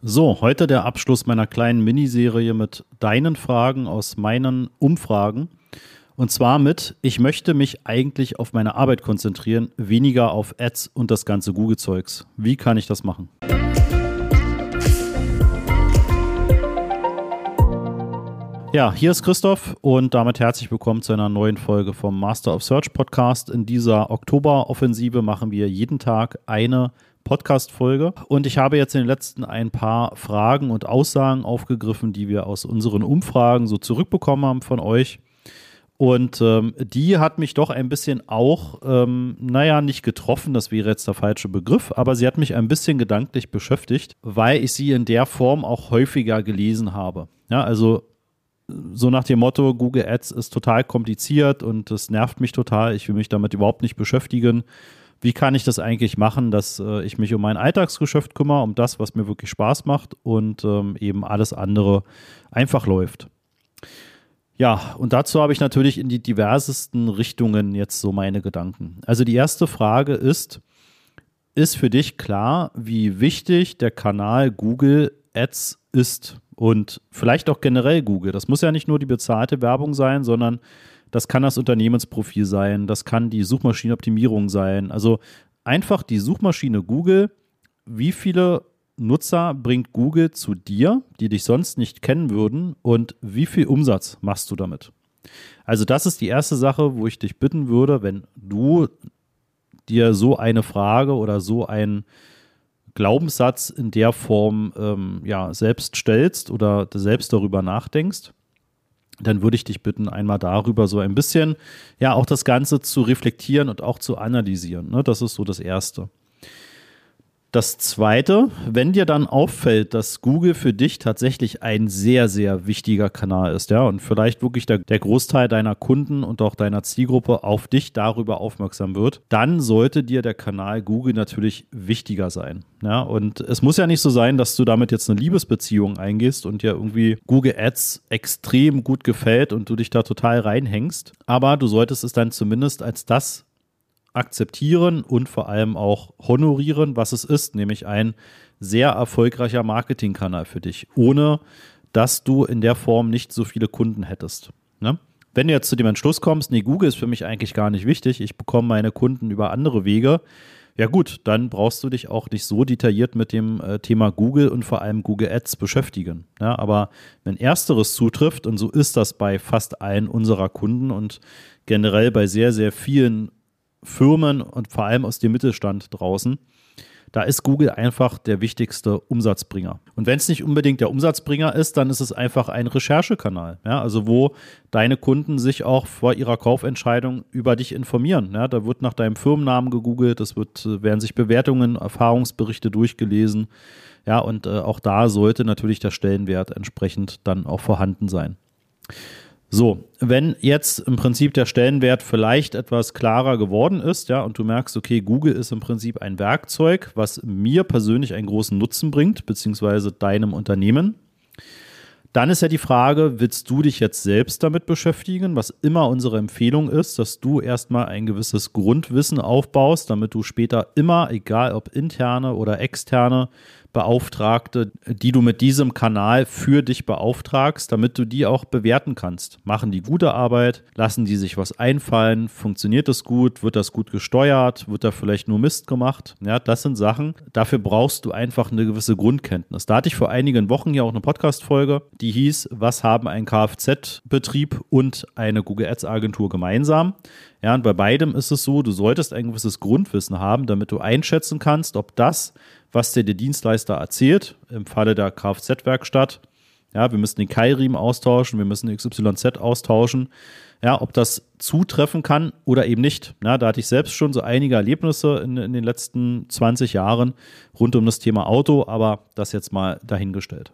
So, heute der Abschluss meiner kleinen Miniserie mit deinen Fragen aus meinen Umfragen. Und zwar mit: Ich möchte mich eigentlich auf meine Arbeit konzentrieren, weniger auf Ads und das ganze Google-Zeugs. Wie kann ich das machen? Ja, hier ist Christoph und damit herzlich willkommen zu einer neuen Folge vom Master of Search Podcast. In dieser Oktober-Offensive machen wir jeden Tag eine Podcast-Folge und ich habe jetzt in den letzten ein paar Fragen und Aussagen aufgegriffen, die wir aus unseren Umfragen so zurückbekommen haben von euch. Und die hat mich doch ein bisschen auch, nicht getroffen, das wäre jetzt der falsche Begriff, aber sie hat mich ein bisschen gedanklich beschäftigt, weil ich sie in der Form auch häufiger gelesen habe. Ja, also so nach dem Motto, Google Ads ist total kompliziert und das nervt mich total, ich will mich damit überhaupt nicht beschäftigen. Wie kann ich das eigentlich machen, dass ich mich um mein Alltagsgeschäft kümmere, um das, was mir wirklich Spaß macht und eben alles andere einfach läuft. Ja, und dazu habe ich natürlich in die diversesten Richtungen jetzt so meine Gedanken. Also die erste Frage ist für dich klar, wie wichtig der Kanal Google Ads ist und vielleicht auch generell Google? Das muss ja nicht nur die bezahlte Werbung sein, sondern das kann das Unternehmensprofil sein, das kann die Suchmaschinenoptimierung sein. Also einfach die Suchmaschine Google, wie viele Nutzer bringt Google zu dir, die dich sonst nicht kennen würden, und wie viel Umsatz machst du damit? Also das ist die erste Sache, wo ich dich bitten würde, wenn du dir so eine Frage oder so einen Glaubenssatz in der Form selbst stellst oder selbst darüber nachdenkst, dann würde ich dich bitten, einmal darüber so ein bisschen, ja, auch das Ganze zu reflektieren und auch zu analysieren. Ne? Das ist so das Erste. Das Zweite, wenn dir dann auffällt, dass Google für dich tatsächlich ein sehr, sehr wichtiger Kanal ist, ja, und vielleicht wirklich der Großteil deiner Kunden und auch deiner Zielgruppe auf dich darüber aufmerksam wird, dann sollte dir der Kanal Google natürlich wichtiger sein. Ja, und es muss ja nicht so sein, dass du damit jetzt eine Liebesbeziehung eingehst und dir irgendwie Google Ads extrem gut gefällt und du dich da total reinhängst, aber du solltest es dann zumindest als das akzeptieren und vor allem auch honorieren, was es ist, nämlich ein sehr erfolgreicher Marketingkanal für dich, ohne dass du in der Form nicht so viele Kunden hättest. Ne? Wenn du jetzt zu dem Entschluss kommst, nee, Google ist für mich eigentlich gar nicht wichtig, ich bekomme meine Kunden über andere Wege, ja gut, dann brauchst du dich auch nicht so detailliert mit dem Thema Google und vor allem Google Ads beschäftigen. Ja, aber wenn Ersteres zutrifft, und so ist das bei fast allen unserer Kunden und generell bei sehr, sehr vielen Firmen und vor allem aus dem Mittelstand draußen, da ist Google einfach der wichtigste Umsatzbringer. Und wenn es nicht unbedingt der Umsatzbringer ist, dann ist es einfach ein Recherchekanal, ja, also wo deine Kunden sich auch vor ihrer Kaufentscheidung über dich informieren. Ja, da wird nach deinem Firmennamen gegoogelt, werden sich Bewertungen, Erfahrungsberichte durchgelesen, ja, und auch da sollte natürlich der Stellenwert entsprechend dann auch vorhanden sein. So, wenn jetzt im Prinzip der Stellenwert vielleicht etwas klarer geworden ist, ja, und du merkst, okay, Google ist im Prinzip ein Werkzeug, was mir persönlich einen großen Nutzen bringt, beziehungsweise deinem Unternehmen, dann ist ja die Frage, willst du dich jetzt selbst damit beschäftigen, was immer unsere Empfehlung ist, dass du erstmal ein gewisses Grundwissen aufbaust, damit du später immer, egal ob interne oder externe Beauftragte, die du mit diesem Kanal für dich beauftragst, damit du die auch bewerten kannst. Machen die gute Arbeit? Lassen die sich was einfallen? Funktioniert das gut? Wird das gut gesteuert? Wird da vielleicht nur Mist gemacht? Ja, das sind Sachen, dafür brauchst du einfach eine gewisse Grundkenntnis. Da hatte ich vor einigen Wochen hier auch eine Podcast-Folge, die hieß, was haben ein Kfz-Betrieb und eine Google Ads-Agentur gemeinsam? Ja, und bei beidem ist es so, du solltest ein gewisses Grundwissen haben, damit du einschätzen kannst, ob das, was dir der Dienstleister erzählt, im Falle der Kfz-Werkstatt, ja, wir müssen den Keilriemen austauschen, wir müssen XYZ austauschen, ja, ob das zutreffen kann oder eben nicht. Ja, da hatte ich selbst schon so einige Erlebnisse in den letzten 20 Jahren rund um das Thema Auto, aber das jetzt mal dahingestellt.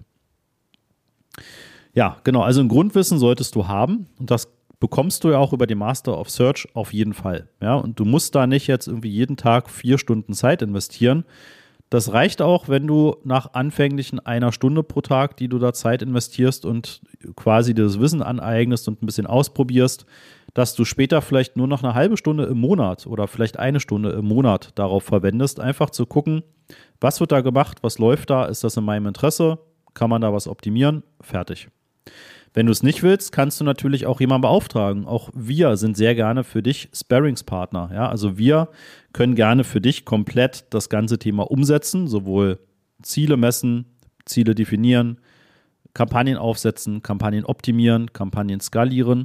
Ja, genau, also ein Grundwissen solltest du haben und das bekommst du ja auch über den Master of Search auf jeden Fall. Ja, und du musst da nicht jetzt irgendwie jeden Tag 4 Stunden Zeit investieren. Das reicht auch, wenn du nach anfänglichen 1 Stunde pro Tag, die du da Zeit investierst und quasi das Wissen aneignest und ein bisschen ausprobierst, dass du später vielleicht nur noch eine halbe Stunde im Monat oder vielleicht eine Stunde im Monat darauf verwendest, einfach zu gucken, was wird da gemacht, was läuft da, ist das in meinem Interesse, kann man da was optimieren, fertig. Wenn du es nicht willst, kannst du natürlich auch jemanden beauftragen. Auch wir sind sehr gerne für dich Sparringspartner. Ja? Also wir können gerne für dich komplett das ganze Thema umsetzen, sowohl Ziele messen, Ziele definieren, Kampagnen aufsetzen, Kampagnen optimieren, Kampagnen skalieren.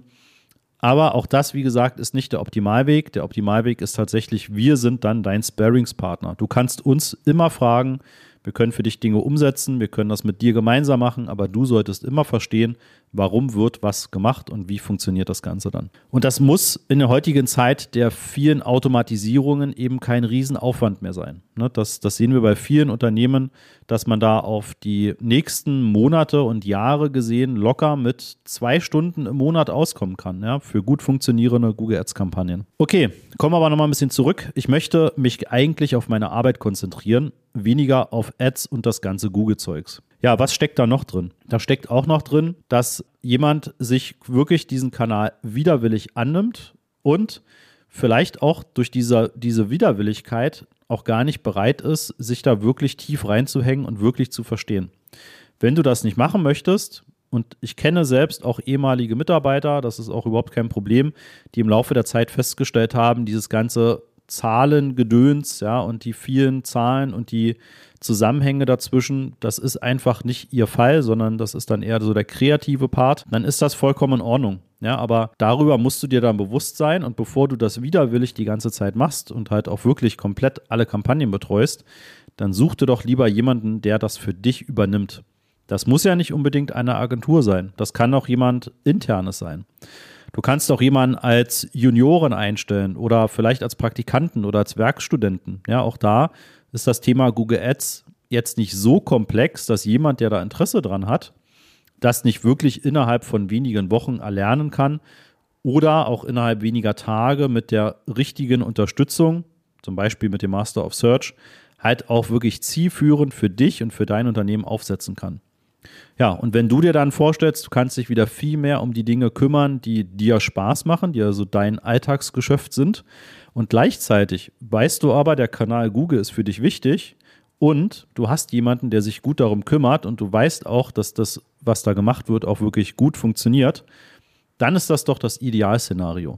Aber auch das, wie gesagt, ist nicht der Optimalweg. Der Optimalweg ist tatsächlich, wir sind dann dein Sparringspartner. Du kannst uns immer fragen, wir können für dich Dinge umsetzen, wir können das mit dir gemeinsam machen, aber du solltest immer verstehen, warum wird was gemacht und wie funktioniert das Ganze dann. Und das muss in der heutigen Zeit der vielen Automatisierungen eben kein Riesenaufwand mehr sein. Das sehen wir bei vielen Unternehmen, dass man da auf die nächsten Monate und Jahre gesehen locker mit 2 Stunden im Monat auskommen kann, ja, für gut funktionierende Google Ads-Kampagnen. Okay, kommen wir aber nochmal ein bisschen zurück. Ich möchte mich eigentlich auf meine Arbeit konzentrieren, weniger auf Ads und das ganze Google-Zeugs. Ja, was steckt da noch drin? Da steckt auch noch drin, dass jemand sich wirklich diesen Kanal widerwillig annimmt und vielleicht auch durch diese Widerwilligkeit auch gar nicht bereit ist, sich da wirklich tief reinzuhängen und wirklich zu verstehen. Wenn du das nicht machen möchtest, und ich kenne selbst auch ehemalige Mitarbeiter, das ist auch überhaupt kein Problem, die im Laufe der Zeit festgestellt haben, dieses ganze Zahlengedöns, ja, und die vielen Zahlen und die Zusammenhänge dazwischen, das ist einfach nicht ihr Fall, sondern das ist dann eher so der kreative Part, dann ist das vollkommen in Ordnung. Ja, aber darüber musst du dir dann bewusst sein, und bevor du das widerwillig die ganze Zeit machst und halt auch wirklich komplett alle Kampagnen betreust, dann such dir doch lieber jemanden, der das für dich übernimmt. Das muss ja nicht unbedingt eine Agentur sein, das kann auch jemand Internes sein. Du kannst auch jemanden als Junioren einstellen oder vielleicht als Praktikanten oder als Werkstudenten. Ja, auch da ist das Thema Google Ads jetzt nicht so komplex, dass jemand, der da Interesse dran hat, das nicht wirklich innerhalb von wenigen Wochen erlernen kann oder auch innerhalb weniger Tage mit der richtigen Unterstützung, zum Beispiel mit dem Master of Search, halt auch wirklich zielführend für dich und für dein Unternehmen aufsetzen kann. Ja, und wenn du dir dann vorstellst, du kannst dich wieder viel mehr um die Dinge kümmern, die dir Spaß machen, die also dein Alltagsgeschäft sind, und gleichzeitig weißt du aber, der Kanal Google ist für dich wichtig und du hast jemanden, der sich gut darum kümmert, und du weißt auch, dass das, was da gemacht wird, auch wirklich gut funktioniert, dann ist das doch das Idealszenario.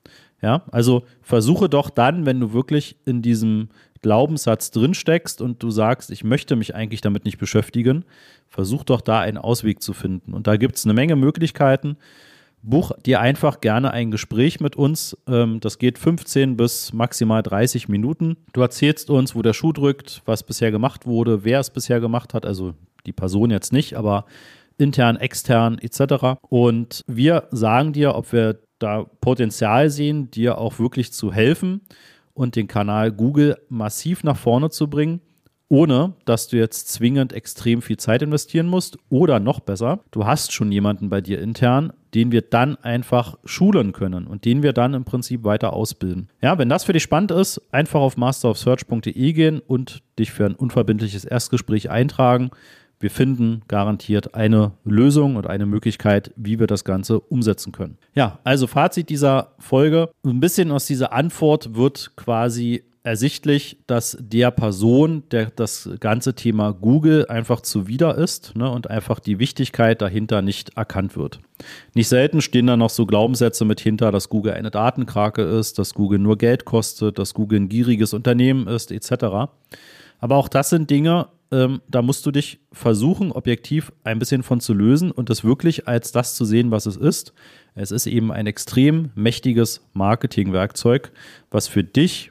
Ja, also versuche doch dann, wenn du wirklich in diesem Glaubenssatz drinsteckst und du sagst, ich möchte mich eigentlich damit nicht beschäftigen, versuch doch da einen Ausweg zu finden. Und da gibt es eine Menge Möglichkeiten. Buch dir einfach gerne ein Gespräch mit uns. Das geht 15 bis maximal 30 Minuten. Du erzählst uns, wo der Schuh drückt, was bisher gemacht wurde, wer es bisher gemacht hat, also die Person jetzt nicht, aber intern, extern etc. Und wir sagen dir, ob wir da Potenzial sehen, dir auch wirklich zu helfen und den Kanal Google massiv nach vorne zu bringen, ohne dass du jetzt zwingend extrem viel Zeit investieren musst, oder noch besser, du hast schon jemanden bei dir intern, den wir dann einfach schulen können und den wir dann im Prinzip weiter ausbilden. Ja, wenn das für dich spannend ist, einfach auf masterofsearch.de gehen und dich für ein unverbindliches Erstgespräch eintragen. Wir finden garantiert eine Lösung und eine Möglichkeit, wie wir das Ganze umsetzen können. Ja, also Fazit dieser Folge. Ein bisschen aus dieser Antwort wird quasi ersichtlich, dass der Person, der das ganze Thema Google einfach zuwider ist, ne, und einfach die Wichtigkeit dahinter nicht erkannt wird. Nicht selten stehen da noch so Glaubenssätze mit hinter, dass Google eine Datenkrake ist, dass Google nur Geld kostet, dass Google ein gieriges Unternehmen ist, etc. Aber auch das sind Dinge, da musst du dich versuchen, objektiv ein bisschen von zu lösen und es wirklich als das zu sehen, was es ist. Es ist eben ein extrem mächtiges Marketingwerkzeug, was für dich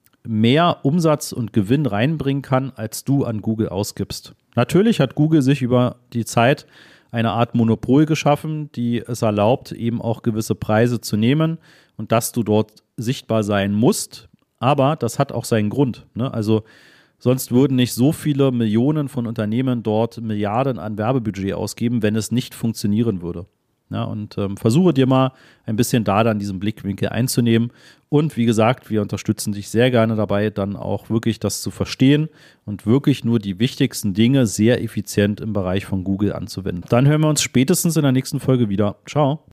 mehr Umsatz und Gewinn reinbringen kann, als du an Google ausgibst. Natürlich hat Google sich über die Zeit eine Art Monopol geschaffen, die es erlaubt, eben auch gewisse Preise zu nehmen und dass du dort sichtbar sein musst. Aber das hat auch seinen Grund, ne? Also sonst würden nicht so viele Millionen von Unternehmen dort Milliarden an Werbebudget ausgeben, wenn es nicht funktionieren würde. Ja, und versuche dir mal ein bisschen da dann diesen Blickwinkel einzunehmen. Und wie gesagt, wir unterstützen dich sehr gerne dabei, dann auch wirklich das zu verstehen und wirklich nur die wichtigsten Dinge sehr effizient im Bereich von Google anzuwenden. Dann hören wir uns spätestens in der nächsten Folge wieder. Ciao.